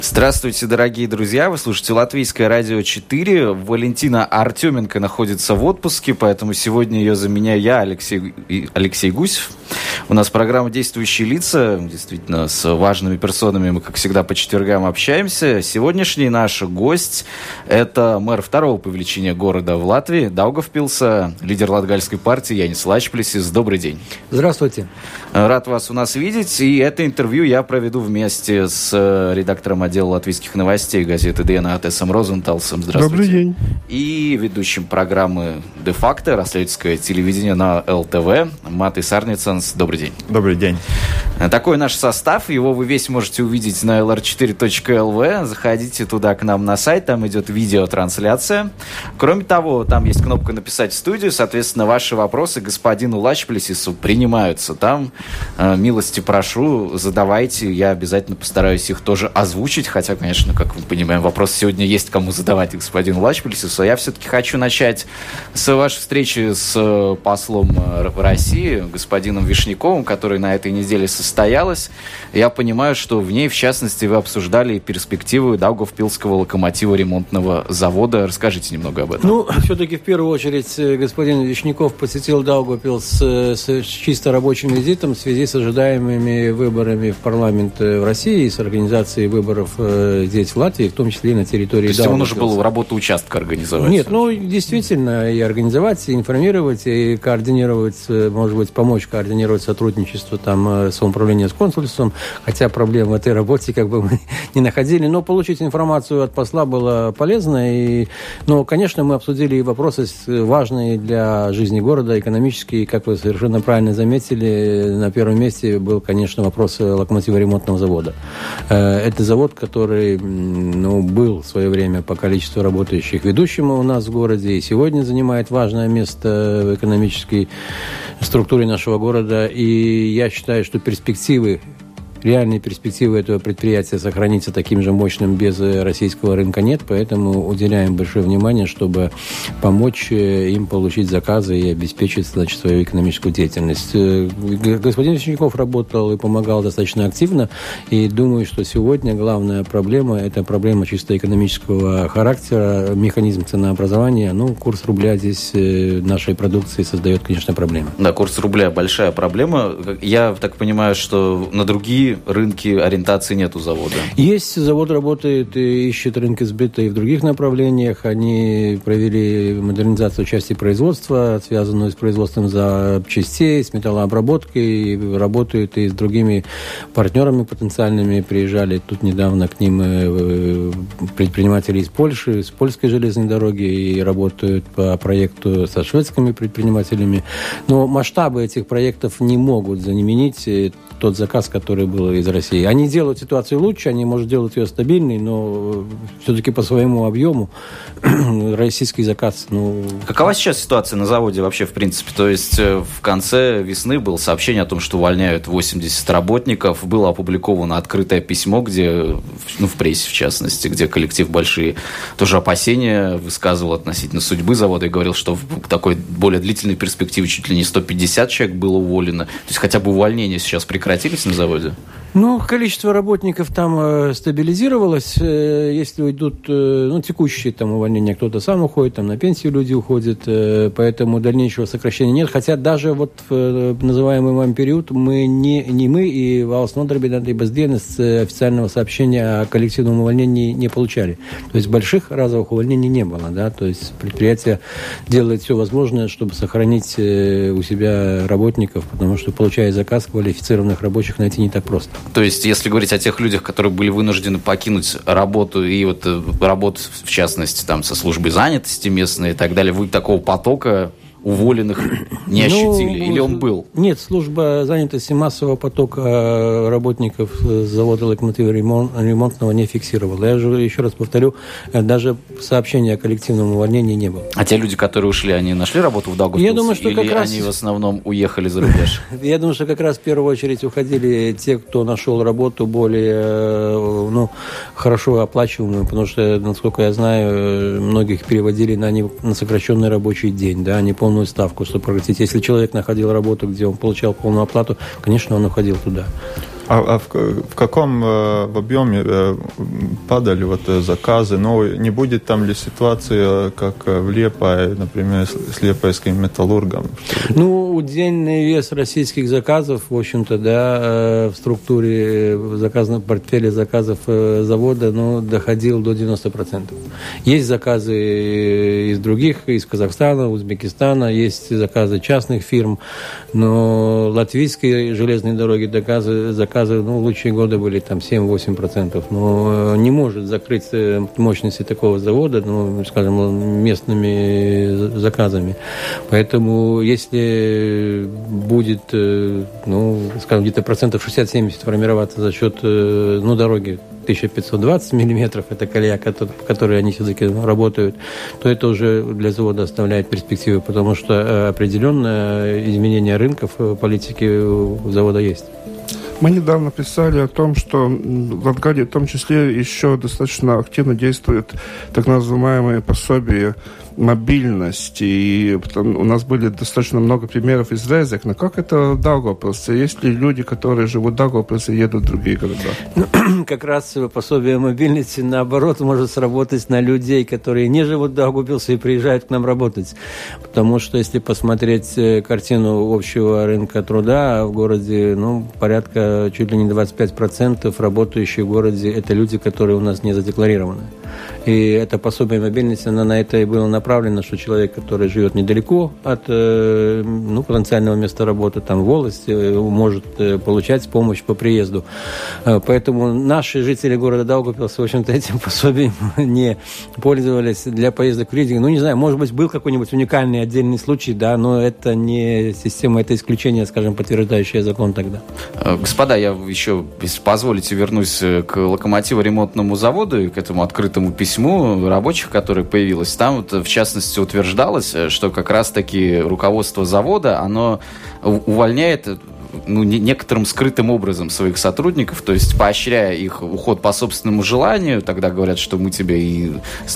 Здравствуйте, дорогие друзья! Вы слушаете Латвийское радио 4. Валентина Артеменко находится в отпуске, поэтому сегодня ее заменяю я, Алексей Гусев. У нас программа «Действующие лица». Действительно, с важными персонами мы, как всегда, по четвергам общаемся. Сегодняшний наш гость – это мэр второго по величине города в Латвии, Даугавпилса, лидер Латгальской партии Янис Лачплесис. Добрый день. Здравствуйте. Рад вас у нас видеть. И это интервью я проведу вместе с редактором отдела латвийских новостей газеты «Диена» Атесом Розенталсом. Здравствуйте. Добрый день. И ведущим программы «Де-факто», расследовательское телевидение на ЛТВ, Матис Арницанс. Добрый день. Добрый день. Такой наш состав. Его вы весь можете увидеть на lr4.lv. Заходите туда к нам на сайт, там идет видеотрансляция. Кроме того, там есть кнопка «Написать в студию». Соответственно, ваши вопросы господину Лачплесису принимаются. Там милости прошу, задавайте. Я обязательно постараюсь их тоже озвучить. Хотя, конечно, как мы понимаем, вопрос сегодня есть кому задавать господину Лачплесису. Я все-таки хочу начать с вашей встречи с послом России, господином Вишняковым, который на этой неделе состоялась. Я понимаю, что в ней, в частности, вы обсуждали перспективы Даугавпилского локомотива-ремонтного завода. Расскажите немного об этом. Ну, все-таки, в первую очередь, господин Вишняков посетил Даугавпилс с чисто рабочим визитом в связи с ожидаемыми выборами в парламент в России и с организацией выборов здесь, в Латвии, в том числе и на территории Даугавпилса. То есть ему нужно было работу участка организовать? Нет, действительно, и организовать, и информировать, и координировать, может быть, помочь координировать сотрудничество там самоуправления с консульством, хотя проблем в этой работе как бы мы не находили, но получить информацию от посла было полезно, но, конечно, мы обсудили и вопросы важные для жизни города, экономические, как вы совершенно правильно заметили, на первом месте был, конечно, вопрос локомотиво-ремонтного завода. Это завод, который был в свое время по количеству работающих ведущим у нас в городе и сегодня занимает важное место в экономической структуре нашего города. И я считаю, что реальные перспективы этого предприятия сохраниться таким же мощным без российского рынка нет, поэтому уделяем большое внимание, чтобы помочь им получить заказы и обеспечить, свою экономическую деятельность. Господин Вишняков работал и помогал достаточно активно, и думаю, что сегодня главная проблема – это проблема чисто экономического характера, механизм ценообразования. Курс рубля здесь нашей продукции создает, конечно, проблемы. Да, курс рубля – большая проблема. Я так понимаю, что на другие рынки ориентации нет у завода? Есть. Завод работает и ищет рынки сбыта и в других направлениях. Они провели модернизацию части производства, связанную с производством запчастей, с металлообработкой. Работают и с другими партнерами потенциальными. Приезжали тут недавно к ним предприниматели из Польши, с польской железной дороги, и работают по проекту со шведскими предпринимателями. Но масштабы этих проектов не могут заменить тот заказ, который был из России. Они делают ситуацию лучше, они, может, делают ее стабильной, но все-таки по своему объему российский заказ... Какова сейчас ситуация на заводе вообще, в принципе? То есть в конце весны было сообщение о том, что увольняют 80 работников. Было опубликовано открытое письмо, где, в прессе в частности, где коллектив большие тоже опасения высказывал относительно судьбы завода и говорил, что в такой более длительной перспективе чуть ли не 150 человек было уволено. То есть хотя бы увольнения сейчас прекратились на заводе? Количество работников там стабилизировалось. Если уйдут, текущие там увольнения, кто-то сам уходит, там на пенсию люди уходят, поэтому дальнейшего сокращения нет. Хотя даже в называемый вами период мы и Valsts nodarbinātības dienests официального сообщения о коллективном увольнении не получали. То есть больших разовых увольнений не было, да. То есть предприятие делает все возможное, чтобы сохранить у себя работников, потому что, получая заказ, квалифицированных рабочих найти не так просто. То есть, если говорить о тех людях, которые были вынуждены покинуть работу, и работу, в частности, там, со службой занятости местной и так далее, вы такого потока уволенных не ощутили? Или он был? Нет, служба занятости массового потока работников завода локомотива-ремонтного не фиксировала. Я же еще раз повторю, даже сообщения о коллективном увольнении не было. А те люди, которые ушли, они нашли работу в Даугавпилсе? Или они в основном уехали за рубеж? Я думаю, что как раз в первую очередь уходили те, кто нашел работу более хорошо оплачиваемую, потому что, насколько я знаю, многих переводили на сокращенный рабочий день, да, они полную ставку, чтобы прекратить. Если человек находил работу, где он получал полную оплату, конечно, он уходил туда. А в каком в объеме падали заказы? Но не будет там ли ситуации, как в Лиепае, например, с лиепайским металлургом? Удельный вес российских заказов, в общем-то, в структуре портфеля заказов завода, доходил до 90%. Есть из других, из Казахстана, Узбекистана, есть заказы частных фирм, но латвийские железные дороги заказы в лучшие годы были там 7-8%. Но не может закрыть мощности такого завода, скажем, местными заказами. Поэтому если будет, скажем, где-то 60-70% формироваться за счет дороги 1520 миллиметров, это колея, по которой они все-таки работают, то это уже для завода оставляет перспективы, потому что определенное изменение рынков политики у завода есть. Мы недавно писали о том, что в Латгалии в том числе еще достаточно активно действуют так называемые пособия мобильности. И у нас были достаточно много примеров из Резекна. Как это в Даугавпилсе? Есть ли люди, которые живут в Даугавпилсе и едут в другие города? Как раз пособие мобильности, наоборот, может сработать на людей, которые не живут в Даугавпилсе и приезжают к нам работать. Потому что, если посмотреть картину общего рынка труда в городе, порядка чуть ли не 25% работающих в городе – это люди, которые у нас не задекларированы. И это пособие мобильности, оно на это и было направлено, что человек, который живет недалеко от потенциального места работы, там в волости, может получать помощь по приезду. Поэтому наши жители города Даугавпилса, в общем-то, этим пособием не пользовались для поездок в Ридинг. Не знаю, может быть, был какой-нибудь уникальный отдельный случай, но это не система, это исключение, скажем, подтверждающее закон тогда. Господа, я еще, если позволите, вернусь к локомотиво-ремонтному заводу и к этому открытому письму рабочих, которое появилось. Там, в частности, утверждалось, что как раз-таки руководство завода, оно увольняет некоторым скрытым образом своих сотрудников, то есть поощряя их уход по собственному желанию, тогда говорят, что мы тебе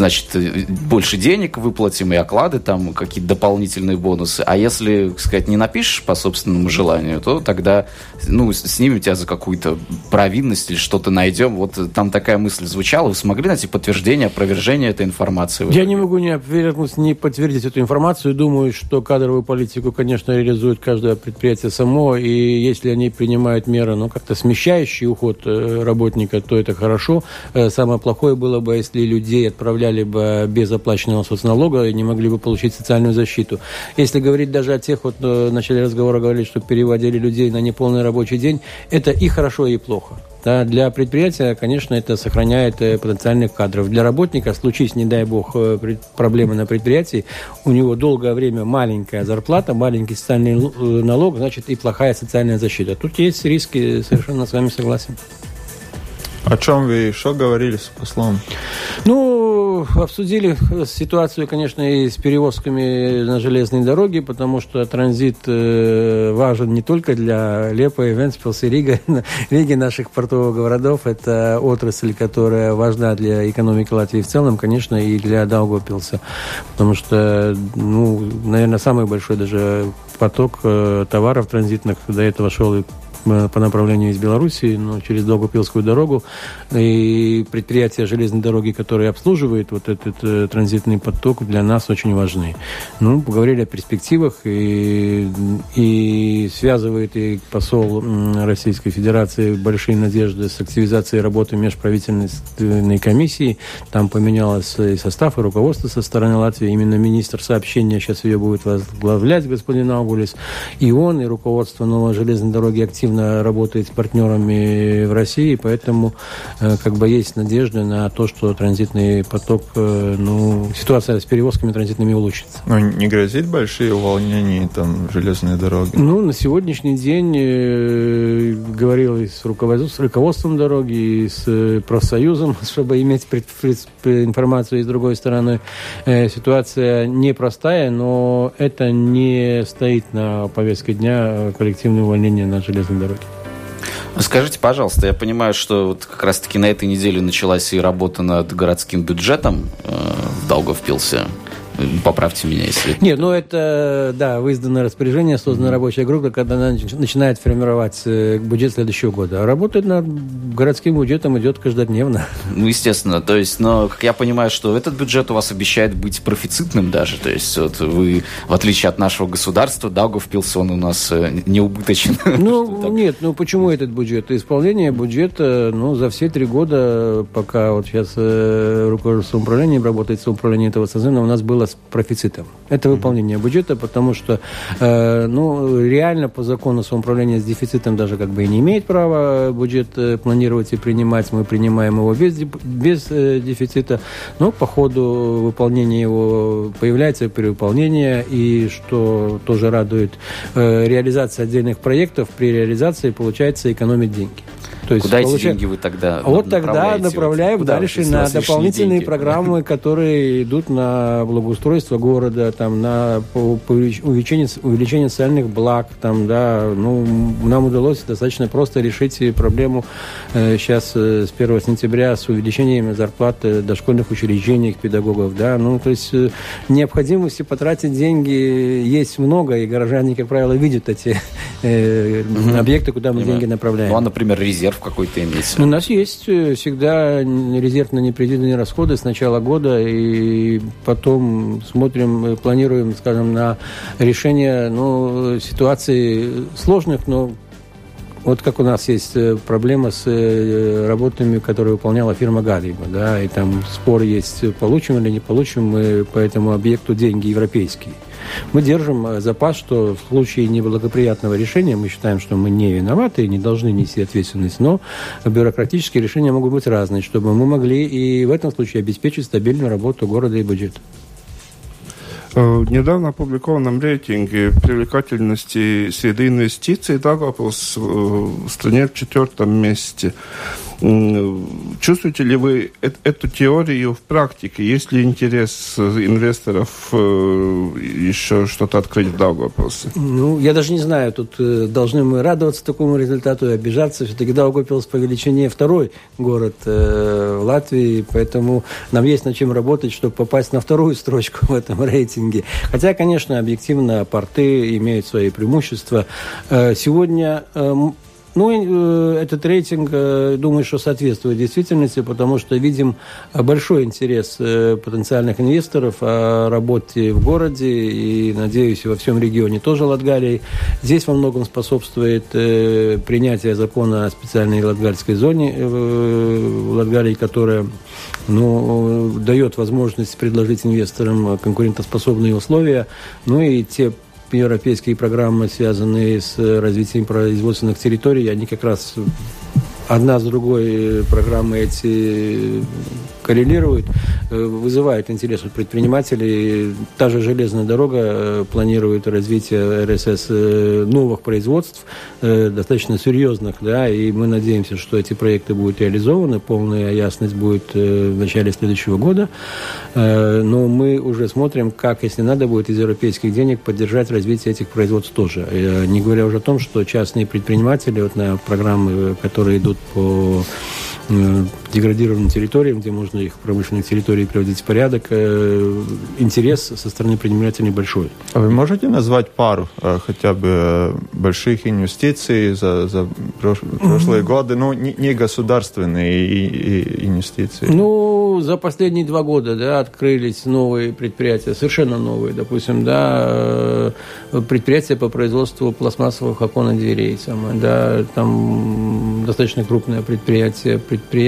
больше денег выплатим, и оклады, там какие-то дополнительные бонусы. А если, так сказать, не напишешь по собственному желанию, то тогда снимем тебя за какую-то провинность или что-то найдем. Вот там такая мысль звучала. Вы смогли найти подтверждение, опровержение этой информации? Я не могу не подтвердить эту информацию. Думаю, что кадровую политику, конечно, реализует каждое предприятие само, и если они принимают меры, как-то смещающий уход работника, то это хорошо. Самое плохое было бы, если людей отправляли бы без оплаченного соцналога и не могли бы получить социальную защиту. Если говорить даже о тех, в начале разговора говорили, что переводили людей на неполный рабочий день, это и хорошо, и плохо. Для предприятия, конечно, это сохраняет потенциальных кадров. Для работника, случись, не дай бог, проблемы на предприятии, у него долгое время маленькая зарплата, маленький социальный налог, значит, и плохая социальная защита. Тут есть риски, совершенно с вами согласен. О чем вы еще говорили с послом? Обсудили ситуацию, конечно, и с перевозками на железной дороге, потому что транзит важен не только для Лиепая, Вентспилса и Риги, наших портовых городов. Это отрасль, которая важна для экономики Латвии в целом, конечно, и для Даугавпилса. Потому что, наверное, самый большой даже поток товаров транзитных до этого шел и по направлению из Белоруссии, но через Даугавпилскую дорогу. И предприятия железной дороги, которые обслуживают вот этот транзитный поток, для нас очень важны. Поговорили о перспективах, и связывает и посол Российской Федерации большие надежды с активизацией работы межправительственной комиссии. Там поменялось и состав, и руководство со стороны Латвии. Именно министр сообщения сейчас ее будет возглавлять, господин Аугулис. И он, и руководство Новой железной дороги активно работает с партнерами в России, поэтому есть надежда на то, что транзитный поток, ситуация с перевозками транзитными улучшится. Не грозит большие увольнения железной дороги? На сегодняшний день говорил и с руководством дороги, и с профсоюзом, чтобы иметь информацию и с другой стороны. Ситуация непростая, но это не стоит на повестке дня коллективное увольнение на железной дороге. Скажите, пожалуйста, я понимаю, что как раз-таки на этой неделе началась и работа над городским бюджетом в Даугавпилсе. Поправьте меня, если... Нет, это, да, изданное распоряжение, создана рабочая группа, когда она начинает формировать бюджет следующего года. А работать над городским бюджетом идет каждодневно. Естественно. То есть, но, как я понимаю, что этот бюджет у вас обещает быть профицитным даже. То есть, вы, в отличие от нашего государства, Даугавпилс, он у нас не убыточен. Нет, почему этот бюджет? Исполнение бюджета, за все 3 года, пока вот сейчас руководство управлением работает, управление этого созыва, у нас было с профицитом. Это выполнение бюджета, потому что, реально по закону самоуправления с дефицитом даже и не имеет права бюджет планировать и принимать. Мы принимаем его без дефицита, но по ходу выполнения его появляется перевыполнение, и что тоже радует, реализация отдельных проектов, при реализации получается экономить деньги. То есть куда эти деньги вы тогда тогда направляем дальше на дополнительные программы, которые идут на благоустройство города, на увеличение социальных благ. Нам удалось достаточно просто решить проблему сейчас с 1 сентября с увеличением зарплат в дошкольных учреждениях педагогов. То есть необходимости потратить деньги есть много, и горожане, как правило, видят эти объекты, куда мы деньги направляем. Например, резерв какой-то имеется? У нас есть всегда резерв на непредвиденные расходы с начала года, и потом смотрим, планируем, на решение ситуаций сложных, но вот как у нас есть проблема с работами, которые выполняла фирма Гадиба, и там спор есть, получим или не получим мы по этому объекту деньги европейские. Мы держим запас, что в случае неблагоприятного решения, мы считаем, что мы не виноваты и не должны нести ответственность, но бюрократические решения могут быть разные, чтобы мы могли и в этом случае обеспечить стабильную работу города и бюджета. В недавно опубликованном рейтинге привлекательности среды инвестиций Даугавпилс в стране в 4 месте. Чувствуете ли вы эту теорию в практике? Есть ли интерес инвесторов еще что-то открыть в Даугавпилсе? Я даже не знаю, тут должны мы радоваться такому результату и обижаться. Все-таки Даугавпилс по величине 2-й город в Латвии, поэтому нам есть над чем работать, чтобы попасть на 2-ю строчку в этом рейтинге. Хотя, конечно, объективно порты имеют свои преимущества. Сегодня... этот рейтинг, думаю, что соответствует действительности, потому что видим большой интерес потенциальных инвесторов о работе в городе и, надеюсь, во всем регионе тоже Латгалии. Здесь во многом способствует принятие закона о специальной латгальской зоне в Латгалии, которая дает возможность предложить инвесторам конкурентоспособные условия, и те европейские программы, связанные с развитием производственных территорий, они как раз одна с другой программы эти коррелируют, вызывает интерес у предпринимателей. Та же железная дорога планирует развитие РСС новых производств, достаточно серьезных, и мы надеемся, что эти проекты будут реализованы, полная ясность будет в начале следующего года. Но мы уже смотрим, как, если надо будет, из европейских денег поддержать развитие этих производств тоже. Не говоря уже о том, что частные предприниматели на программы, которые идут по деградированным территориям, где можно их промышленные территории приводить в порядок, интерес со стороны предпринимателей большой. А вы можете назвать пару хотя бы больших инвестиций за прошлые годы, не государственные инвестиции? За последние 2 года, открылись новые предприятия, совершенно новые, допустим, предприятие по производству пластмассовых окон и дверей, там достаточно крупное предприятие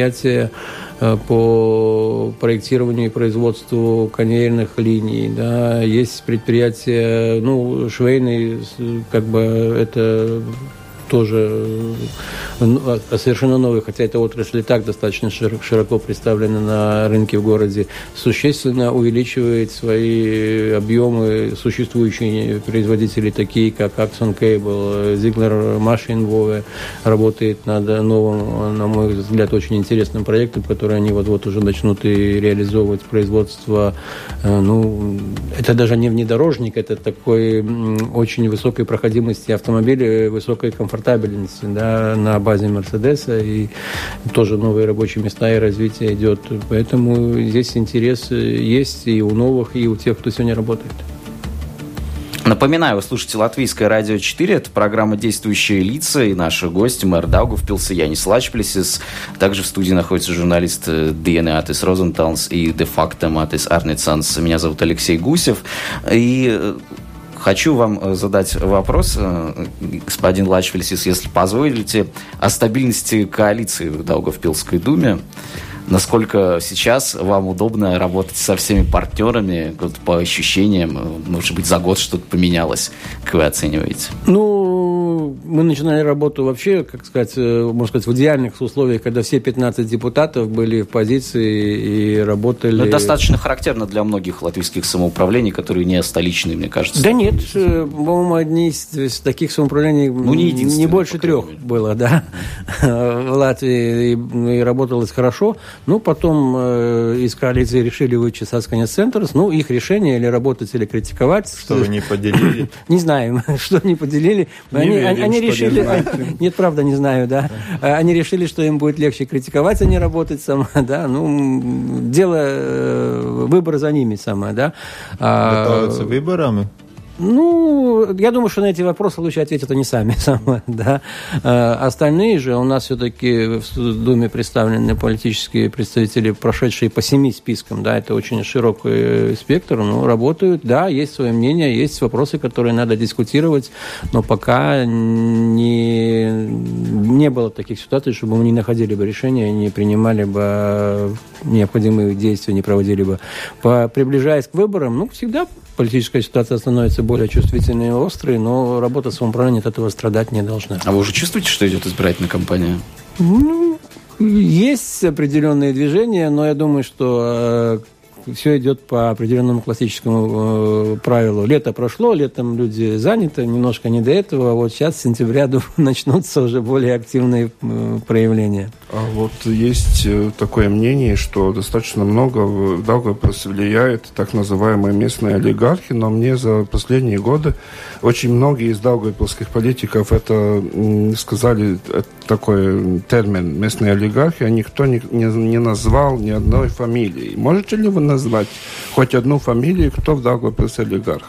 по проектированию и производству конвейерных линий, есть предприятия, швейные, это тоже совершенно новый, хотя эта отрасль и так достаточно широко представлена на рынке в городе, существенно увеличивает свои объемы существующие производители, такие как Axon Cable, Ziegler Maschinenbau, работает над новым, на мой взгляд, очень интересным проектом, который они вот уже начнут и реализовывать производство. Это даже не внедорожник, это такой очень высокой проходимости автомобиля, высокой комфортабельности комфортабельности, да, на базе Мерседеса, и тоже новые рабочие места и развитие идет. Поэтому здесь интерес есть и у новых, и у тех, кто сегодня работает. Напоминаю, вы слушаете Латвийское радио 4, это программа «Действующие лица», и наши гости, мэр Даугавпилса Янис Лачплисис. Также в студии находится журналист Диена Атис Розенталс и де-факто Матис Арницанс. Меня зовут Алексей Гусев. И хочу вам задать вопрос, господин Лачплисис, если позволите, о стабильности коалиции в Даугавпилской думе. Насколько сейчас вам удобно работать со всеми партнерами, вот, по ощущениям, может быть, за год что-то поменялось, как вы оцениваете? Ну, мы начинали работу вообще, как сказать, можно сказать, в идеальных условиях, когда все 15 депутатов были в позиции и работали... Но это достаточно характерно для многих латвийских самоуправлений, которые не столичные, мне кажется. Да нет, по-моему, одни из таких самоуправлений, не больше 3 было, да, в Латвии, и работалось хорошо. Ну, потом из коалиции решили выйти Saskaņas Centrs. Ну, их решение или работать, или критиковать. Что вы не поделили? Не знаем, что не поделили. Они решили... Нет, правда, не знаю, да. Они решили, что им будет легче критиковать, а не работать сама, да. Ну, дело, выбор за ними сама, да. Готовятся выборами? Ну, я думаю, что на эти вопросы лучше ответят они сами, да. Остальные же, у нас все-таки в Думе представлены политические представители, прошедшие по 7 спискам, да, это очень широкий спектр, но работают, да, есть свое мнение, есть вопросы, которые надо дискутировать, но пока не было таких ситуаций, чтобы мы не находили бы решения, не принимали бы необходимые действия, не проводили бы. Приближаясь к выборам, ну, всегда политическая ситуация становится более чувствительной и острой, но работа самоуправления от этого страдать не должна. А вы уже чувствуете, что идет избирательная кампания? Ну, есть определенные движения, но я думаю, что все идет по определенному классическому правилу. Лето прошло, летом люди заняты, немножко не до этого, а вот сейчас с сентября начнутся уже более активные проявления. А вот есть такое мнение, что достаточно много в Даугавпилсе влияет так называемые местные олигархи, но мне за последние годы очень многие из даугавпилских политиков это сказали, такой термин местные олигархи, а никто не назвал ни одной фамилии. Можете ли вы назвать хоть одну фамилию, кто в Даугавпилсе олигарх?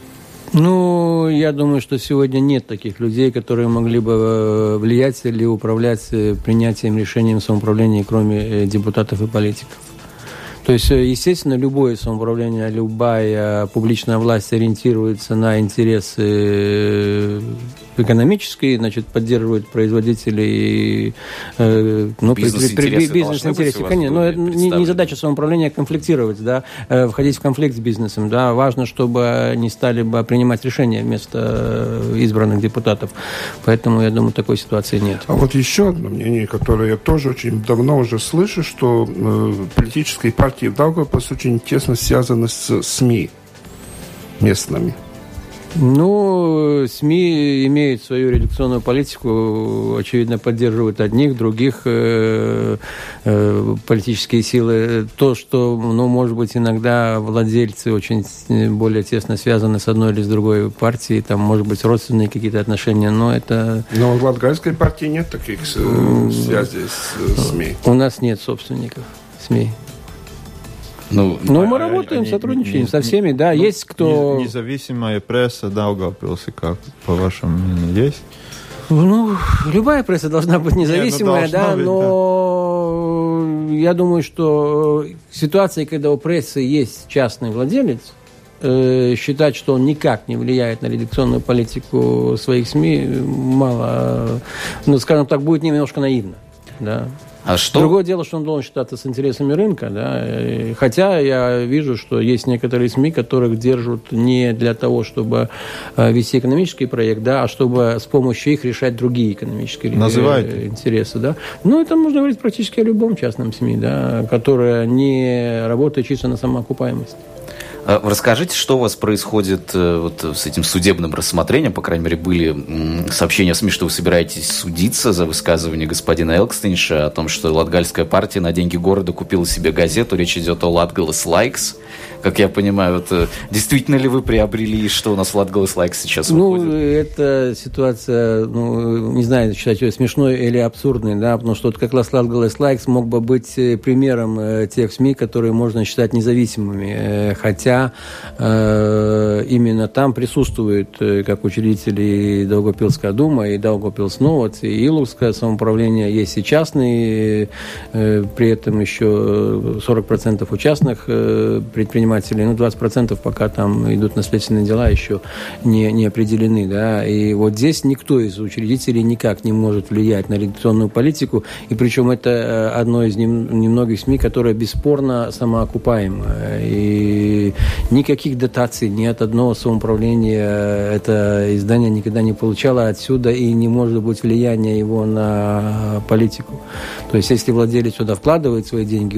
Ну, я думаю, что сегодня нет таких людей, которые могли бы влиять или управлять принятием решений самоуправления, кроме депутатов и политиков. То есть, естественно, любое самоуправление, любая публичная власть ориентируется на интересы экономические, значит, поддерживает производителей, бизнес-интересы. Конечно, но это не задача самоуправления конфликтировать, да, входить в конфликт с бизнесом, да. Важно, чтобы они стали бы принимать решения вместо избранных депутатов. Поэтому, я думаю, такой ситуации нет. А вот еще одно мнение, которое я тоже очень давно уже слышу, что политические партии в Даугавпилсе очень тесно связаны с СМИ местными. Ну, СМИ имеют свою редакционную политику, очевидно, поддерживают одних, других политические силы. То, что, ну, может быть, иногда владельцы очень более тесно связаны с одной или с другой партией, там, может быть, родственные какие-то отношения, но это... Но в Латгальской партии нет таких связей с СМИ. У нас нет собственников СМИ. Ну, мы работаем, сотрудничаем со всеми, да, есть кто... Независимая пресса Даугавпилсе, как, по вашему мнению, есть? Ну, любая пресса должна быть независимая, но я думаю, что ситуация, когда у прессы есть частный владелец, считать, что он никак не влияет на редакционную политику своих СМИ, мало, ну, скажем так, будет немножко наивно, да. А что? Другое дело, что он должен считаться с интересами рынка, да. Хотя я вижу, что есть некоторые СМИ, которых держат не для того, чтобы вести экономический проект, да, а чтобы с помощью их решать другие экономические интересы, да. Ну, это можно говорить практически о любом частном СМИ, да, которое не работает чисто на самоокупаемость. Расскажите, что у вас происходит вот с этим судебным рассмотрением? По крайней мере, были сообщения в СМИ, что вы собираетесь судиться за высказывание господина Элкстинша о том, что Латгальская партия на деньги города купила себе газету. Речь идет о Latgales Laiks. Как я понимаю, вот, действительно ли вы приобрели, что у нас в Latgales Laiks сейчас выходит? Ну, эта ситуация, не знаю, считать ее смешной или абсурдной, да, потому что вот как раз Latgales Laiks мог бы быть примером тех СМИ, которые можно считать независимыми, хотя именно там присутствуют как учредители Даугавпилская дума и Даугавпилс Новоц, и Иловское самоуправление, есть и частные, при этом еще 40% у частных предпринимателей, 20% пока там идут наследственные дела, еще не определены, да, и вот здесь никто из учредителей никак не может влиять на редакционную политику, и причем это одно из немногих СМИ, которое бесспорно самоокупаемое, и никаких дотаций ни от одного самоуправления это издание никогда не получало, отсюда и не может быть влияния его на политику. То есть, если владелец сюда вкладывает свои деньги,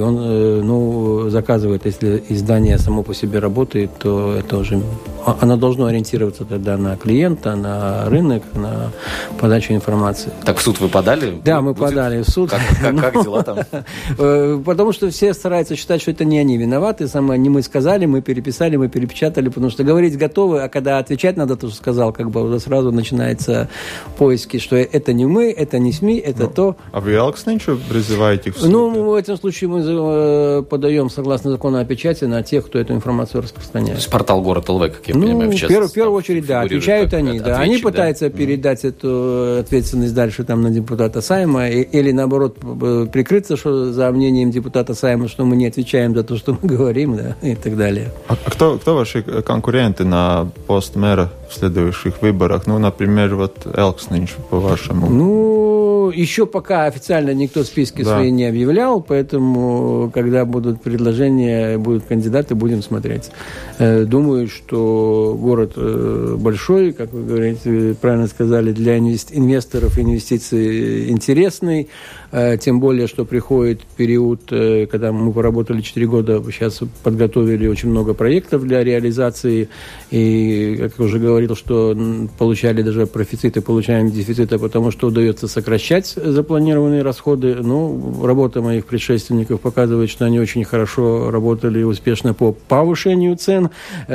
он заказывает, если издание само по себе работает, то это уже оно должно ориентироваться тогда на клиента, на рынок, на подачу информации. Так в суд вы подали? Да, мы подали в суд. Как дела там? Потому что все стараются считать, что это не они виноваты, не мы сказали, мы переписали, мы перепечатали, потому что говорить готовы, а когда отвечать надо то, что сказал, как бы уже сразу начинается поиски, что это не мы, это не СМИ, это то. А вы Элкстиншу призываете к суду? Ну, в этом случае мы подаем, согласно закону о печати, на тех, кто эту информацию распространяет. То есть портал Город ЛВ, как я понимаю, в частности. В первую очередь, да, отвечают они. Да. Они пытаются передать эту ответственность дальше там, на депутата Сайма или, наоборот, прикрыться что, за мнением депутата Сайма, что мы не отвечаем за то, что мы говорим, да, и так далее. А кто ваши конкуренты на пост мэра в следующих выборах? Ну, например, вот Элкстинш, по-вашему. Ну, еще пока официально никто списки свои не объявлял, поэтому, когда будут предложения, будут кандидаты, будем смотреть. Думаю, что город большой, как вы говорите, правильно сказали, для инвесторов инвестиции интересный, тем более, что приходит период, когда мы поработали 4 года, сейчас подготовили очень много проектов для реализации, и, как я уже говорил, что получали даже профициты, получаем дефициты, потому что удается сокращать запланированные расходы. Ну, работа моих предшественников показывает, что они очень хорошо работали успешно по повышению цен.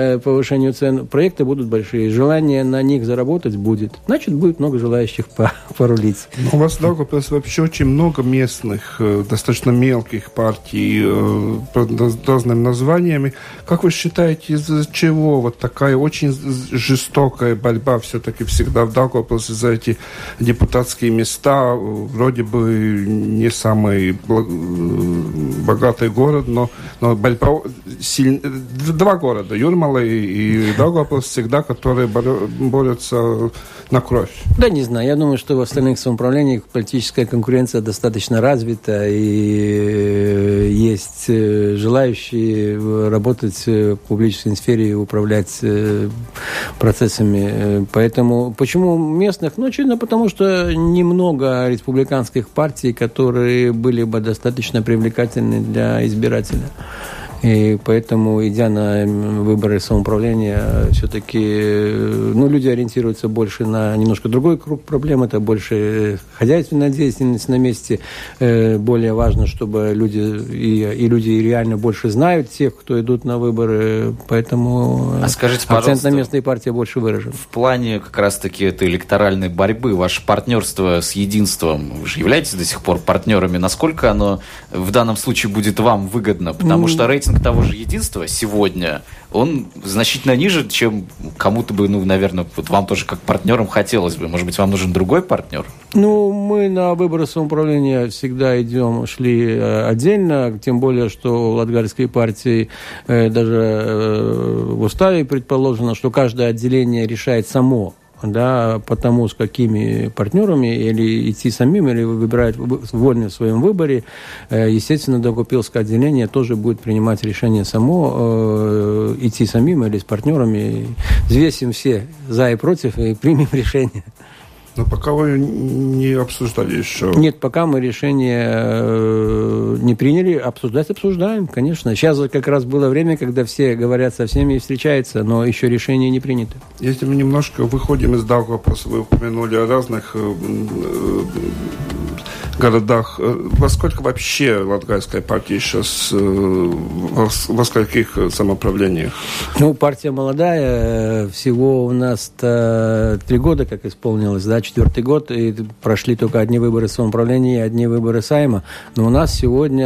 Проекты будут большие, желание на них заработать будет. Значит, будет много желающих порулить. У вас в Даугавпилсе вообще очень много местных, достаточно мелких партий с разными названиями. Как вы считаете, из-за чего вот такая очень жестокая борьба все-таки всегда в Даугавпилсе за эти депутатские места? Вроде бы не самый богатый город, но борьба сильная. 2 города, Юрмала и Даугавпилс, всегда, которые борются на кровь. Да, не знаю. Я думаю, что в остальных самоуправлениях политическая конкуренция достаточно развита, и есть желающие работать в публичной сфере и управлять процессами. Поэтому, почему местных? Ну, очевидно, потому что немного республиканских партий, которые были бы достаточно привлекательны для избирателя. И поэтому, идя на выборы самоуправления, все-таки люди ориентируются больше на немножко другой круг проблем. Это больше хозяйственная деятельность на месте. Более важно, чтобы люди реально больше знают тех, кто идут на выборы. Поэтому скажите, акцент на местные партии больше выражен. В плане как раз-таки этой электоральной борьбы, ваше партнерство с Единством, вы же являетесь до сих пор партнерами, насколько оно в данном случае будет вам выгодно? Потому что рейтинг того же Единства сегодня, он значительно ниже, чем кому-то бы, наверное, вот вам тоже как партнерам хотелось бы. Может быть, вам нужен другой партнер? Мы на выборы самоуправления всегда шли отдельно, тем более, что в Латгальской партии даже в уставе предположено, что каждое отделение решает само, да, потому с какими партнерами, или идти самим, или выбирать вольно в своем выборе. Естественно, Даугавпилское отделение тоже будет принимать решение само, идти самим или с партнерами. Взвесим все за и против и примем решение. Но пока вы не обсуждали еще. Нет, пока мы решение не приняли. Обсуждаем, конечно. Сейчас как раз было время, когда все говорят со всеми и встречаются, но еще решение не принято. Если мы немножко выходим из Даугавпилса, вы упомянули о разных городах. Во сколько вообще Латгальская партия сейчас, во скольких самоуправлениях? Ну, партия молодая, всего у нас 3 года, как исполнилось, да, 4-й год, и прошли только одни выборы самоуправления и одни выборы Сайма. Но у нас сегодня,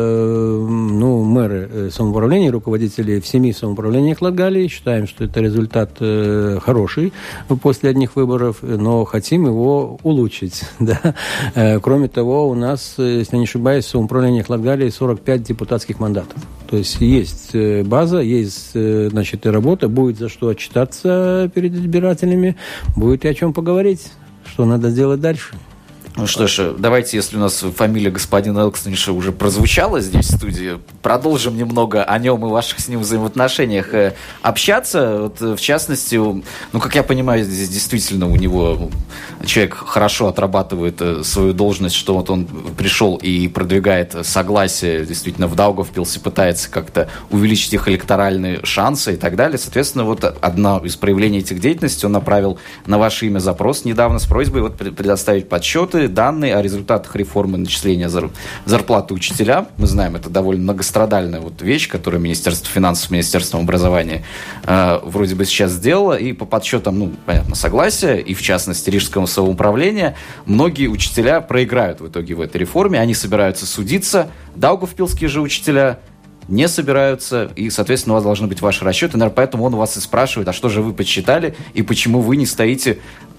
мэры самоуправления, руководители в 7 самоуправлениях Латгалии, считаем, что это результат хороший после одних выборов, но хотим его улучшить, да. Кроме того, у нас, если не ошибаюсь, в самоуправлениях Латгалии 45 депутатских мандатов. То есть есть база, есть, значит, и работа, будет за что отчитаться перед избирателями, будет и о чем поговорить, что надо сделать дальше. Ну что ж, давайте, если у нас фамилия господина Элкстениша уже прозвучала здесь в студии, продолжим немного о нем и ваших с ним взаимоотношениях общаться. Вот, в частности, как я понимаю, здесь действительно у него человек хорошо отрабатывает свою должность, что вот он пришел и продвигает согласие действительно в Даугавпилсе, пытается как-то увеличить их электоральные шансы и так далее. Соответственно, вот одно из проявлений этих деятельностей, он направил на ваше имя запрос недавно с просьбой предоставить подсчеты, данные о результатах реформы начисления зарплаты учителям. Мы знаем, это довольно многострадальная вещь, которую Министерство финансов, Министерство образования вроде бы сейчас сделало. И по подсчетам, понятно, согласия, и в частности Рижского самоуправления, многие учителя проиграют в итоге в этой реформе. Они собираются судиться. Даугавпилские же учителя не собираются, и, соответственно, у вас должны быть ваши расчеты. Наверное, поэтому он у вас и спрашивает, а что же вы подсчитали, и почему вы не стоите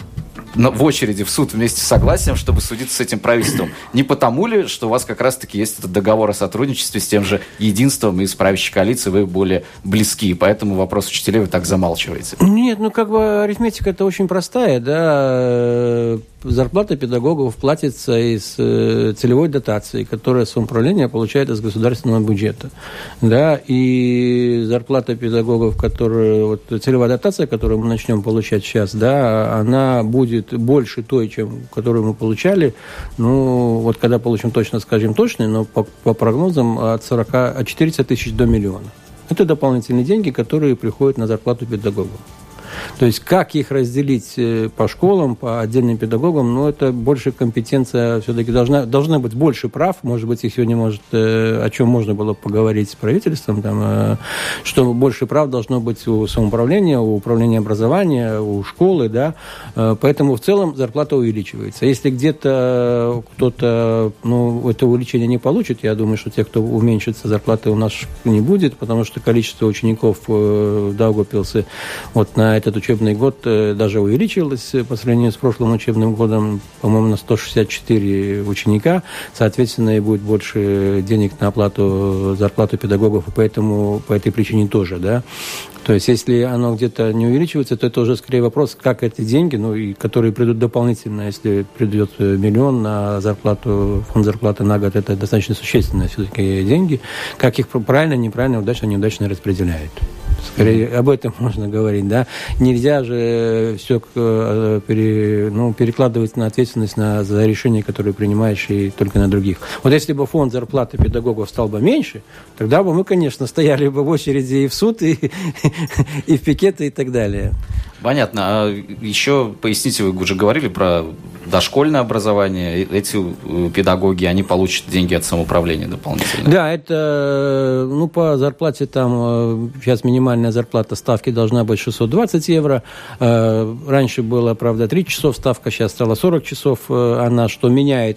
в очереди в суд вместе с согласием, чтобы судиться с этим правительством. Не потому ли, что у вас как раз-таки есть этот договор о сотрудничестве с тем же единством и с правящей коалицией, вы более близки, и поэтому вопрос учителей вы так замалчиваете? Нет, арифметика это очень простая, да. Зарплата педагогов платится из целевой дотации, которая самоуправление получает из государственного бюджета. Да, и зарплата педагогов, целевая дотация, которую мы начнем получать сейчас, да, она будет больше той, которую мы получали. Когда получим точно, скажем точно, но по прогнозам от 40 тысяч до миллиона. Это дополнительные деньги, которые приходят на зарплату педагогов. То есть, как их разделить по школам, по отдельным педагогам, это больше компетенция, все-таки должна быть больше прав, может быть, их сегодня о чем можно было поговорить с правительством, что больше прав должно быть у самоуправления, у управления образования, у школы, да, поэтому в целом зарплата увеличивается. Если где-то кто-то, это увеличение не получит, я думаю, что те, кто уменьшится, зарплаты у нас не будет, потому что количество учеников в Даугавпилсе на этот учебный год даже увеличилось по сравнению с прошлым учебным годом, по-моему, на 164 ученика. Соответственно, и будет больше денег на оплату зарплаты педагогов, и поэтому по этой причине тоже, да. То есть, если оно где-то не увеличивается, то это уже скорее вопрос, как эти деньги, которые придут дополнительно, если придет миллион на зарплату, фонд зарплаты на год, это достаточно существенные все-таки деньги, как их правильно, неправильно, удачно, неудачно распределяют. Скорее, об этом можно говорить, да. Нельзя же все перекладывать на ответственность за решения, которые принимаешь, и только на других. Вот если бы фонд зарплаты педагогов стал бы меньше, тогда бы мы, конечно, стояли бы в очереди и в суд, и в пикеты, и так далее. Понятно. А еще поясните, вы уже говорили про дошкольное образование. Эти педагоги, они получат деньги от самоуправления дополнительно? Да, это, по зарплате там, сейчас минимальная зарплата ставки должна быть 620 евро. Раньше было, правда, 3 часов ставка, сейчас стало 40 часов. Она, что меняет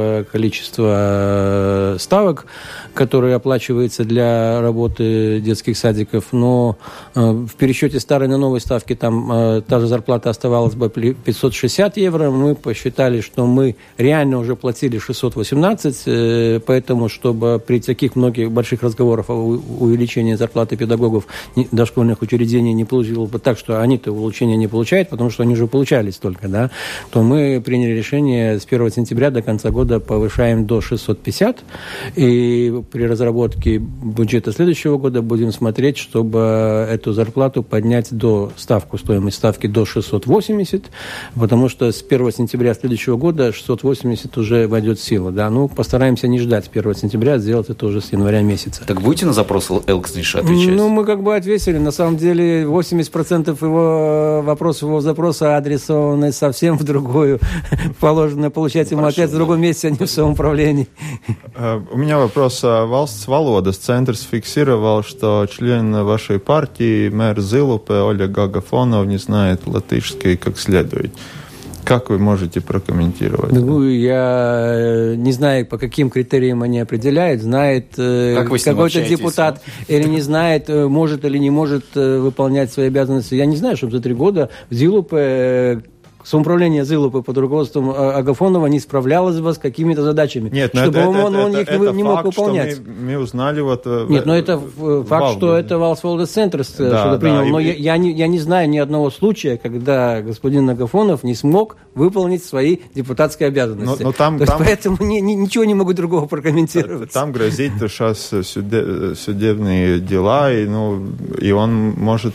количество ставок, которые оплачиваются для работы детских садиков. Но в пересчете старой на новой ставки там та же зарплата оставалась бы 560 евро. Мы посчитали, что мы реально уже платили 618, поэтому, чтобы при таких многих больших разговорах о увеличении зарплаты педагогов дошкольных учреждений не получилось бы так, что они-то улучшения не получают, потому что они уже получались только, да, то мы приняли решение с 1 сентября до конца года повышаем до 650, и при разработке бюджета следующего года будем смотреть, чтобы эту зарплату поднять до ставку стоимости повышаемой ставки до 680, потому что с 1 сентября следующего года 680 уже войдет в силу. Да? Ну, постараемся не ждать 1 сентября, сделать это уже с января месяца. Так будете на запрос Элкснеша отвечать? Ну, мы как бы ответили. На самом деле 80% его вопросов, его запроса адресованы совсем в другую. Положено получать ему ответ в другом месте, а не в самоуправлении. У меня вопрос. Valsts valodas центр сфиксировал, что член вашей партии, мэр Зилупе, Ольга Агафонова, не знает латышский как следует. Как вы можете прокомментировать? Ну, я не знаю, по каким критериям они определяют. Знает какой-то депутат или не знает, может или не может выполнять свои обязанности. Я не знаю, чтобы за 3 года в Зилупе самоуправление Зилупы под руководством Агафонова не справлялось бы с какими-то задачами. Нет, чтобы он их не мог выполнять. Мы узнали вот... Нет, но это факт, что это Valsts valodas центр что-то принял. Но я не знаю ни одного случая, когда господин Агафонов не смог выполнить свои депутатские обязанности. Поэтому ничего не могу другого прокомментировать. Там грозит сейчас судебные дела, и он может,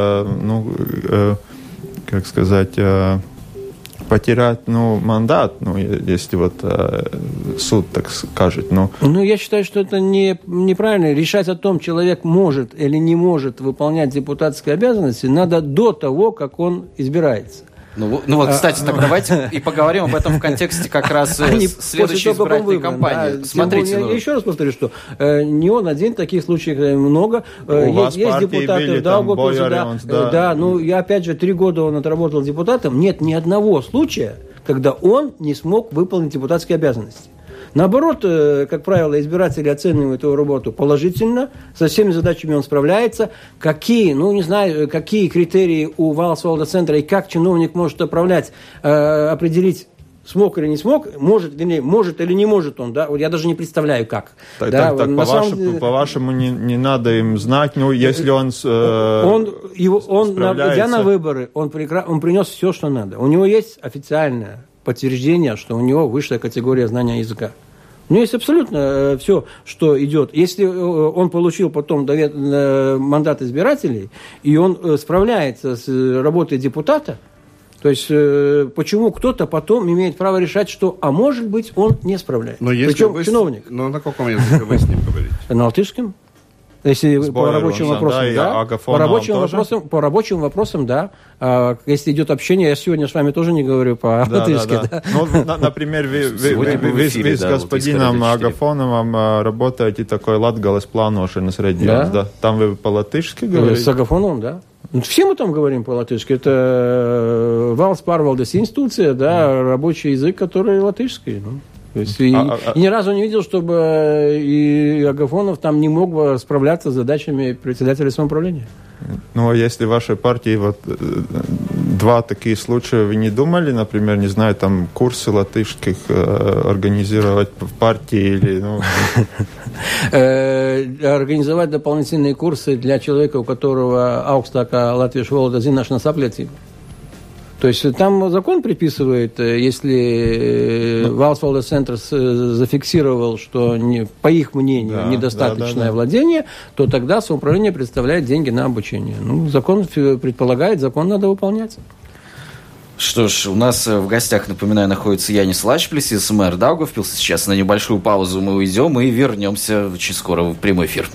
как сказать... потерять мандат, если вот суд так скажет. Я считаю, что это неправильно. Решать о том, человек может или не может выполнять депутатские обязанности, надо до того, как он избирается. Кстати, так давайте и поговорим об этом в контексте как раз следующей избирательной кампании. Да. Смотрите. Я еще раз повторю, что не он один, таких случаев много. Есть депутаты в Даугавпилсе. Я опять же 3 года он отработал депутатом. Нет ни одного случая, когда он не смог выполнить депутатские обязанности. Наоборот, как правило, избиратели оценивают его работу положительно, со всеми задачами он справляется. Какие критерии у Valsts valodas центра и как чиновник может определить, смог или не смог, может или не может он, да? Я даже не представляю, как. По-вашему, не надо им знать, если он идя на выборы, он принес все, что надо. У него есть официальное подтверждение, что у него высшая категория знания языка. У него есть абсолютно все, что идет. Если он получил потом мандат избирателей, и он справляется с работой депутата, то есть почему кто-то потом имеет право решать, что, может быть, он не справляется. Причем чиновник. Но на каком языке вы с ним говорите? На латышском. Если по рабочим вопросам, да. По рабочим вопросам, да. Если идет общение, я сегодня с вами тоже не говорю по-латышски. Да. Например, вы с господином Агафоновым работаете такой латгалес планоšanas регионс, да? Там вы по-латышски говорите? С Агафоновым, да. Все мы там говорим по-латышски. Это Valsts pārvaldes институция, да, рабочий язык, который латышский, То есть, и ни разу не видел, чтобы и Агафонов там не мог бы справляться с задачами председателя самоуправления. Если в вашей партии 2 такие случая, вы не думали, например, не знаю, там курсы латышских организировать в партии или... Организовать дополнительные курсы для человека, у которого augstākā latviešu valoda zināšanas apliecība. То есть там закон приписывает, если Valsts valodas центр зафиксировал, что, по их мнению, недостаточное владение, то тогда самоуправление представляет деньги на обучение. Закон предполагает, закон надо выполнять. Что ж, у нас в гостях, напоминаю, находится Янис Лачплесис, мэр Даугавпилса. Сейчас на небольшую паузу мы уйдем и вернемся очень скоро в прямой эфир.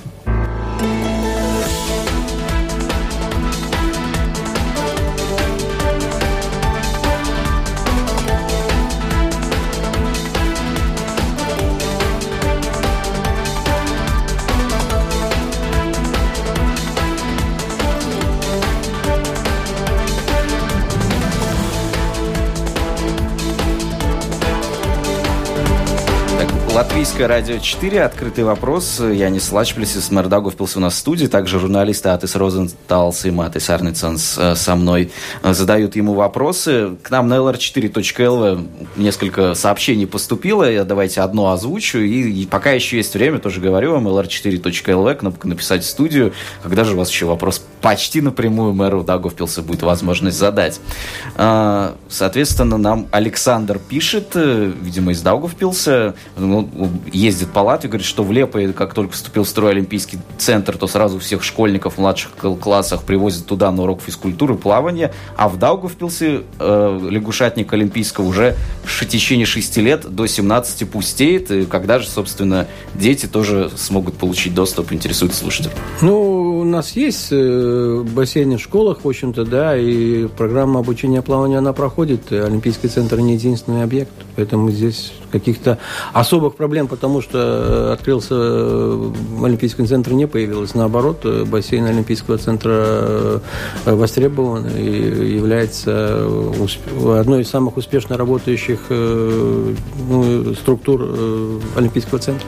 Латвийское радио 4, открытый вопрос. Янис Лачплесис, мэр Даугавпилса у нас в студии. Также журналисты Атис Розенталс и Матис Арницонс со мной задают ему вопросы. К нам на lr4.lv несколько сообщений поступило. Я давайте одно озвучу. И пока еще есть время, тоже говорю вам, lr4.lv, кнопка «Написать в студию». Когда же у вас еще вопрос почти напрямую мэру Даугавпилса будет возможность задать? Соответственно, нам Александр пишет, видимо, из Даугавпилса. ездит по Латвии, говорит, что в Лепое, как только вступил в строй Олимпийский центр, то сразу всех школьников в младших классах привозят туда на урок физкультуры, плавания, а в Даугавпилсе лягушатник Олимпийского уже в течение 6 лет до 17 пустеет, и когда же, собственно, дети тоже смогут получить доступ, интересует слушатель. Ну, у нас есть бассейны в школах, в общем-то, да, и программа обучения плаванию, она проходит. Олимпийский центр не единственный объект, поэтому здесь каких-то особых проблем, потому что открылся Олимпийский центр, не появилось. Наоборот, бассейн Олимпийского центра востребован и является одной из самых успешно работающих структур Олимпийского центра.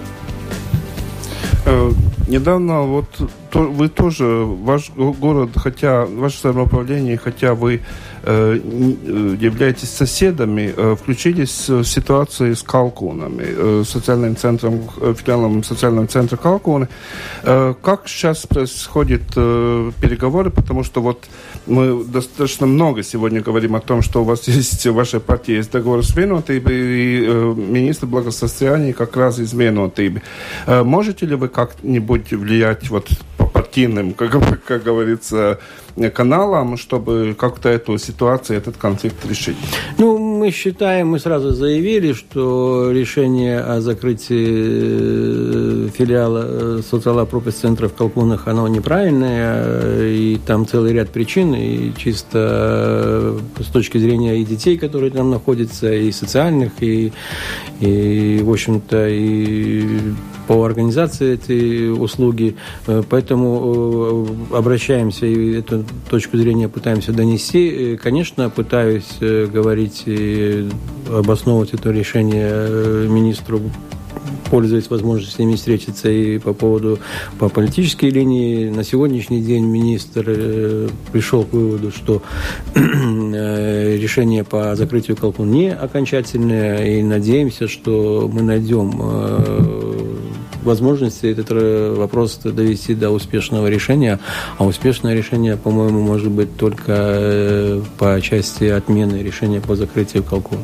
Недавно вот вы тоже, ваш город, хотя ваше самоуправление, хотя вы являетесь соседами, включились в ситуацию с Калкунами, социальным центром, филиалом социального центра Калкуны. Как сейчас происходят переговоры, потому что вот мы достаточно много сегодня говорим о том, что у вас есть, в вашей партии есть договор с Vienotībā, и министр благосостояния как раз из Vienotībā. Можете ли вы как-нибудь влиять вот по партийным, как говорится, каналам, чтобы как-то эту ситуацию, этот конфликт решить? Ну, мы считаем, мы сразу заявили, что решение о закрытии филиала социально-пропуск-центра в Калкунах, оно неправильное, и там целый ряд причин, и чисто с точки зрения и детей, которые там находятся, и социальных, и в общем-то, и по организации этой услуги. Поэтому обращаемся и эту точку зрения пытаемся донести. Конечно, пытаюсь говорить и обосновывать это решение министру, пользуясь возможностью с ними встретиться и по политической линии. На сегодняшний день министр пришел к выводу, что решение по закрытию Калкун не окончательное, и надеемся, что мы найдем возможности этот вопрос довести до успешного решения. А успешное решение, по-моему, может быть только по части отмены решения по закрытию Калкун.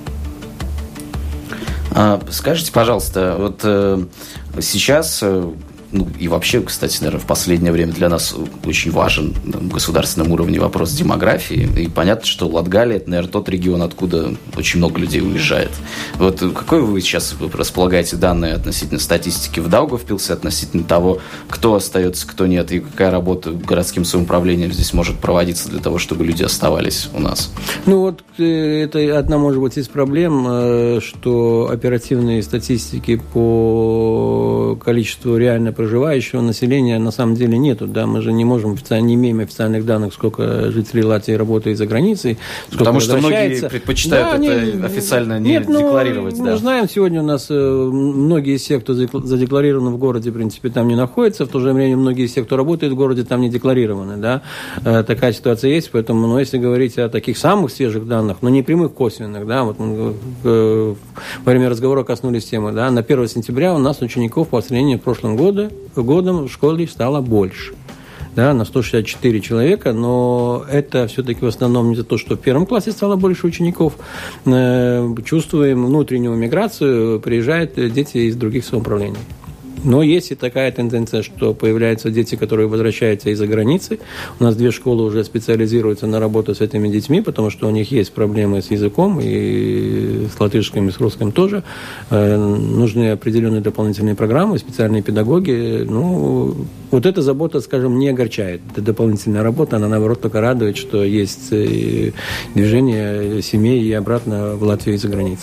Скажите, пожалуйста, вот сейчас, ну и вообще, кстати, наверное, в последнее время для нас очень важен на государственном уровне вопрос демографии. И понятно, что Латгалия – это, наверное, тот регион, откуда очень много людей уезжает. Вот какой вы сейчас располагаете данные относительно статистики в Даугавпилсе, относительно того, кто остается, кто нет, и какая работа городским самоуправлением здесь может проводиться для того, чтобы люди оставались у нас? Ну вот это одна, может быть, из проблем, что оперативные статистики по количеству реально проживающего населения на самом деле нету, да, мы же не можем, не имеем официальных данных, сколько жителей Латвии работает за границей, сколько потому что многие предпочитают это официально не декларировать. Мы знаем, сегодня у нас многие из тех, кто задекларирован в городе, в принципе, там не находятся, в то же время многие из тех, кто работает в городе, там не декларированы, да, такая ситуация есть, поэтому, но если говорить о таких самых свежих данных, но не прямых, косвенных, да, вот мы во время разговора коснулись темы, да, на 1 сентября у нас учеников по сравнению с прошлым годом в школе стало больше. Да, на 164 человека, но это все-таки в основном не за то, что в первом классе стало больше учеников. Чувствуем внутреннюю миграцию, приезжают дети из других самоуправлений. Но есть и такая тенденция, что появляются дети, которые возвращаются из-за границы. У нас 2 школы уже специализируются на работу с этими детьми, потому что у них есть проблемы с языком, и с латышским, и с русским тоже. Нужны определенные дополнительные программы, специальные педагоги. Ну, вот эта забота, скажем, не огорчает. Это дополнительная работа, она, наоборот, только радует, что есть движение семей и обратно в Латвию из-за границы.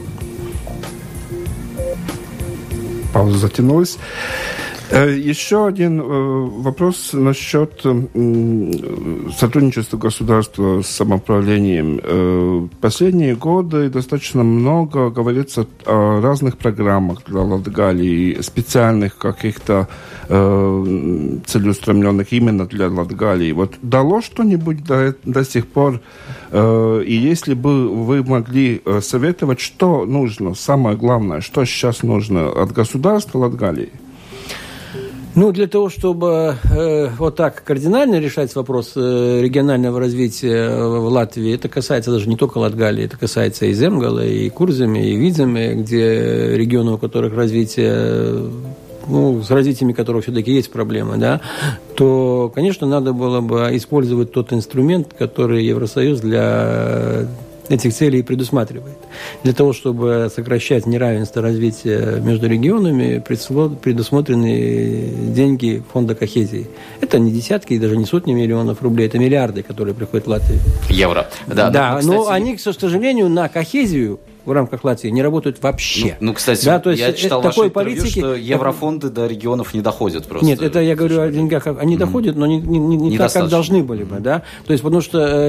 Пауза затянулась. Еще один вопрос насчет сотрудничества государства с самоуправлением. Последние годы достаточно много говорится о разных программах для Латгалии, специальных каких-то целеустремленных именно для Латгалии. Вот дало что-нибудь до сих пор? И если бы вы могли советовать, что нужно, самое главное, что сейчас нужно от государства Латгалии? Ну, для того, чтобы вот так кардинально решать вопрос регионального развития в Латвии, это касается даже не только Латгалии, это касается и Земгала, и Курземи, и Видземи, где регионы, у которых развитие, ну, с развитиями которых все-таки есть проблемы, да, то, конечно, надо было бы использовать тот инструмент, который Евросоюз для этих целей предусматривает. Для того, чтобы сокращать неравенство развития между регионами, предусмотрены деньги фонда кохезии. Это не десятки и даже не сотни миллионов рублей, это миллиарды, которые приходят в Латвию. Евро. Да, но, кстати, они, к сожалению, на кохезию в рамках Латвии не работают вообще. Ну, кстати, да, то есть я читал ваше интервью, что еврофонды до регионов не доходят просто. Нет, это я говорю о деньгах. Они доходят, но не так, как должны были бы. Да? То есть, потому что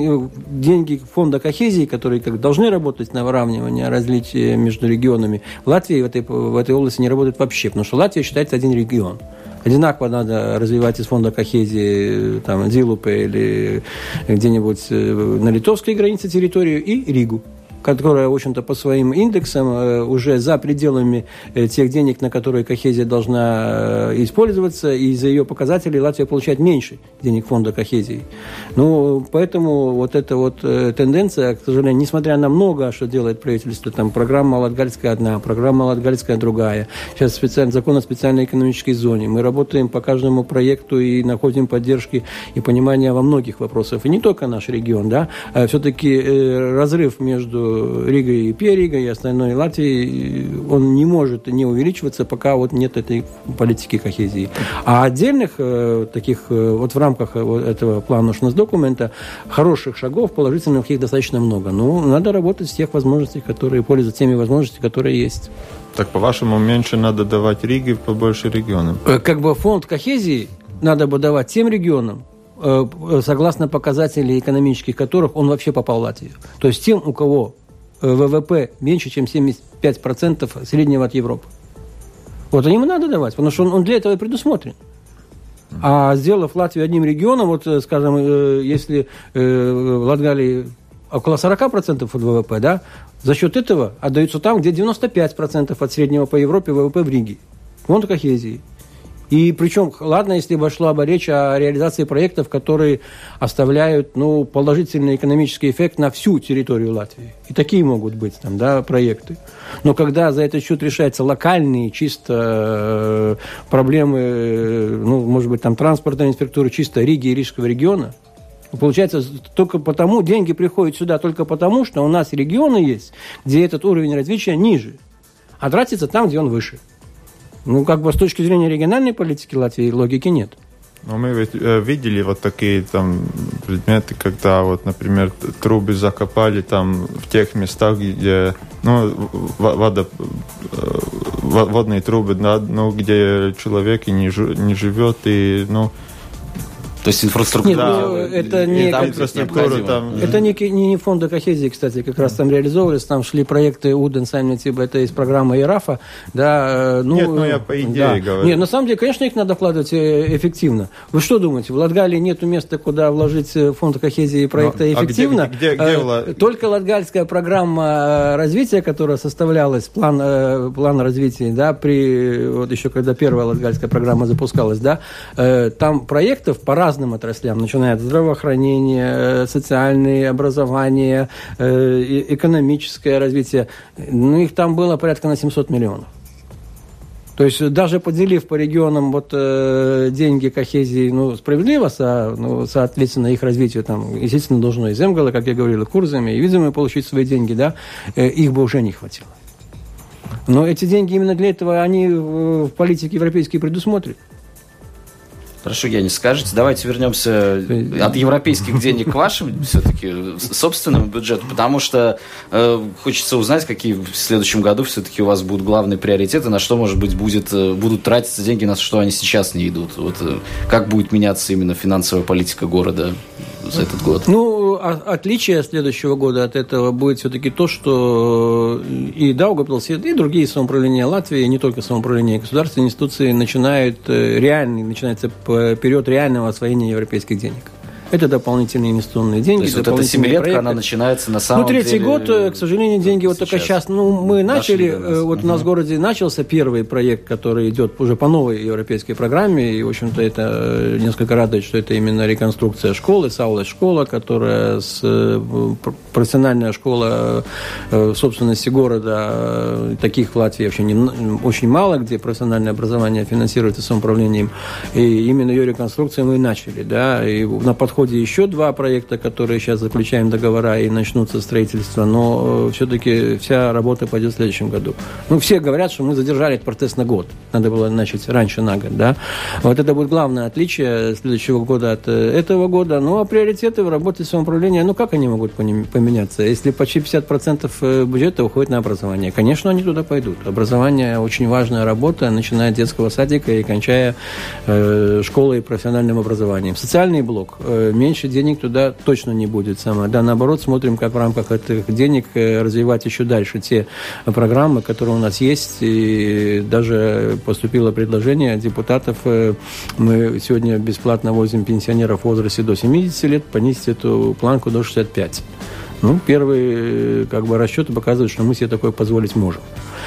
деньги фонда кохезии, которые как должны работать на выравнивание различий между регионами, в Латвии в этой области не работают вообще, потому что Латвия считается один регион. Одинаково надо развивать из фонда кохезии там, Зилупе или где-нибудь на литовской границе территорию и Ригу, которая, в общем-то, по своим индексам уже за пределами тех денег, на которые кохезия должна использоваться, и из-за ее показателей Латвия получает меньше денег фонда кохезии. Ну, поэтому вот эта вот тенденция, к сожалению, несмотря на много, что делает правительство, там программа Латгальская одна, программа Латгальская другая, сейчас закон о специальной экономической зоне, мы работаем по каждому проекту и находим поддержки и понимание во многих вопросах, и не только наш регион, да, а все-таки разрыв между Ригой и Перигой и остальной Латвии, он не может не увеличиваться, пока вот нет этой политики кохезии. А отдельных таких вот в рамках этого плана документа хороших шагов, положительных, их достаточно много. Ну, надо работать с тех возможностей, которые пользуются теми возможностями, которые есть. Так, по-вашему, меньше надо давать Риге, побольше регионам? Как бы фонд кохезии надо бы давать тем регионам, согласно показателей экономических которых он вообще попал в Латвию. То есть тем, у кого ВВП меньше, чем 75% среднего от Европы. Вот им и надо давать, потому что он для этого и предусмотрен. А сделав Латвию одним регионом, вот, скажем, если в Латгалии около 40% от ВВП, да, за счет этого отдаются там, где 95% от среднего по Европе ВВП в Риге. Фонд кохезии. И причем, ладно, если бы шла бы речь о реализации проектов, которые оставляют, ну, положительный экономический эффект на всю территорию Латвии. И такие могут быть там, да, проекты. Но когда за этот счет решаются локальные чисто проблемы, ну, может быть, там транспортной инфраструктуры чисто Риги и Рижского региона, получается, только потому, деньги приходят сюда только потому, что у нас регионы есть, где этот уровень развития ниже, а тратится там, где он выше. Ну, как бы с точки зрения региональной политики Латвии логики нет. Но мы ведь видели вот такие там предметы, когда вот, например, трубы закопали там в тех местах, где, ну, водные трубы, да, ну, где человек и не живет, и, ну, то есть инфраструктура. Нет, ну, это не фонда кохезии, кстати, как раз там реализовывались, там шли проекты Уден, типа, это из программы ЕРАФа, да. Ну, нет, ну я по идее говорю. Нет, на самом деле, конечно, их надо вкладывать эффективно. Вы что думаете, в Латгалии нету места, куда вложить фонд кохезии проекта эффективно? Где только Латгальская программа развития, которая составлялась, план развития, да, вот еще когда первая Латгальская программа запускалась, да, там проектов по разным отраслям, начиная от здравоохранения, социальное образование, экономическое развитие. Ну, их там было порядка на 700 миллионов. То есть даже поделив по регионам вот, деньги кохезии, ну, справедливо, соответственно, их развитию, там, естественно, должно и Земгала, как я говорил, и Курзами, и Видземи получить свои деньги, да, их бы уже не хватило. Но эти деньги именно для этого они в политике европейской предусмотрены. Хорошо, Янис, скажите, давайте вернемся от европейских денег к вашим все-таки собственному бюджету, потому что хочется узнать, какие в следующем году все-таки у вас будут главные приоритеты, на что, может быть, будут тратиться деньги, на что они сейчас не идут. Вот, как будет меняться именно финансовая политика города за этот год? Ну, отличие следующего года от этого будет все-таки то, что и Даугавпилс, и другие самоуправления Латвии, не только самоуправление, государственные институции начинается период реального освоения европейских денег. Это дополнительные инвестиционные деньги. То есть вот эта семилетка, она начинается на самом деле... третий год, к сожалению, деньги вот только сейчас. Мы начали, вот у нас в городе начался первый проект, который идет уже по новой европейской программе, и, в общем-то, это несколько радует, что это именно реконструкция школы, Саулес-школа, которая профессиональная школа в собственности города. Таких в Латвии вообще очень мало, где профессиональное образование финансируется самоуправлением. И именно ее реконструкцию мы начали. Да? И на подходе еще 2 проекта, которые сейчас заключаем договора и начнутся строительство, но все-таки вся работа пойдет в следующем году. Все говорят, что мы задержали этот процесс на год. Надо было начать раньше на год. Да? Вот это будет главное отличие следующего года от этого года. А приоритеты в работе самоуправления, как они могут поменяться? Если почти 50% бюджета уходит на образование, конечно, они туда пойдут. Образование очень важная работа, начиная от детского садика и кончая школой и профессиональным образованием. Социальный блок. Меньше денег туда точно не будет. Наоборот, смотрим, как в рамках этих денег развивать еще дальше те программы, которые у нас есть. И даже поступило предложение депутатов. Мы сегодня бесплатно возим пенсионеров в возрасте до 70 лет, понизить эту планку до 65. Первые расчеты показывают, что мы себе такое позволить можем.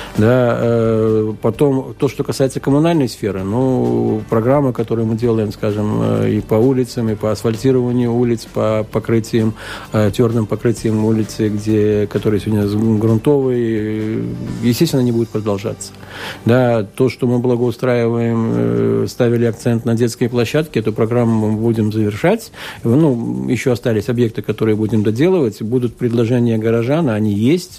Да, потом, то, что касается коммунальной сферы, программы, которые мы делаем, скажем, и по улицам, и по асфальтированию улиц, по покрытиям, твердым покрытиям улиц, которые сегодня грунтовые, естественно, не будут продолжаться. Да, то, что мы благоустраиваем, ставили акцент на детские площадки, эту программу мы будем завершать. Еще остались объекты, которые будем доделывать. Будут предложения горожан, они есть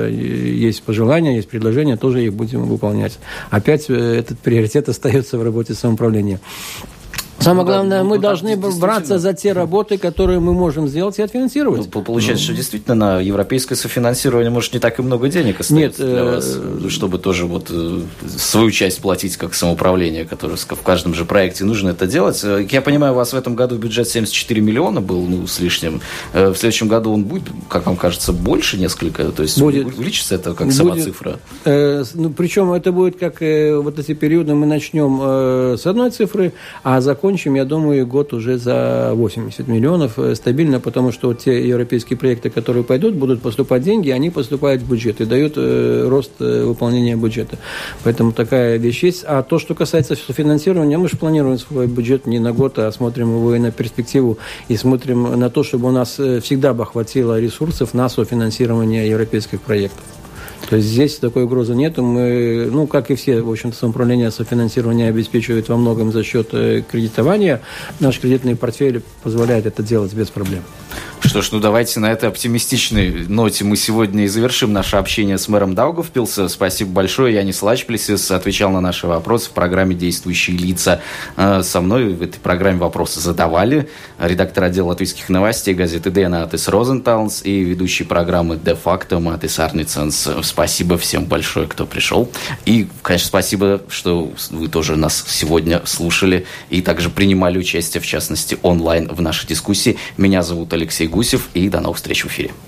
пожелания, есть предложения, тоже их будем выполнять. Опять этот приоритет остается в работе самоуправления. Самое главное, мы должны браться за те работы, которые мы можем сделать и отфинансировать. Получается, что действительно на европейское софинансирование, может, не так и много денег остается для вас, чтобы тоже свою часть платить как самоуправление, которое в каждом же проекте нужно это делать. Я понимаю, у вас в этом году бюджет 74 миллиона был, с лишним. В следующем году он будет, как вам кажется, больше несколько? То есть увеличится это как сама цифра? Причем это будет как эти периоды мы начнем с одной цифры, а закончим, я думаю, год уже за 80 миллионов стабильно, потому что те европейские проекты, которые пойдут, будут поступать деньги, они поступают в бюджет и дают рост выполнения бюджета. Поэтому такая вещь есть. А то, что касается финансирования, мы же планируем свой бюджет не на год, а смотрим его и на перспективу, и смотрим на то, чтобы у нас всегда бы хватило ресурсов на софинансирование европейских проектов. То есть здесь такой угрозы нет. Мы, как и все, в общем-то, самоуправление софинансирование обеспечивает во многом за счет кредитования. Наш кредитный портфель позволяет это делать без проблем. Что ж, давайте на этой оптимистичной ноте мы сегодня и завершим наше общение с мэром Даугавпилса. Спасибо большое. Янис Лачплисис отвечал на наши вопросы в программе «Действующие лица». Со мной в этой программе вопросы задавали редактор отдела латвийских новостей газеты «Диена» Атис Розенталнс и ведущий программы «Де-факто» Матис Арниценс. Спасибо всем большое, кто пришел. И, конечно, спасибо, что вы тоже нас сегодня слушали и также принимали участие, в частности, онлайн в нашей дискуссии. Меня зовут Алексей Гусев, и до новых встреч в эфире.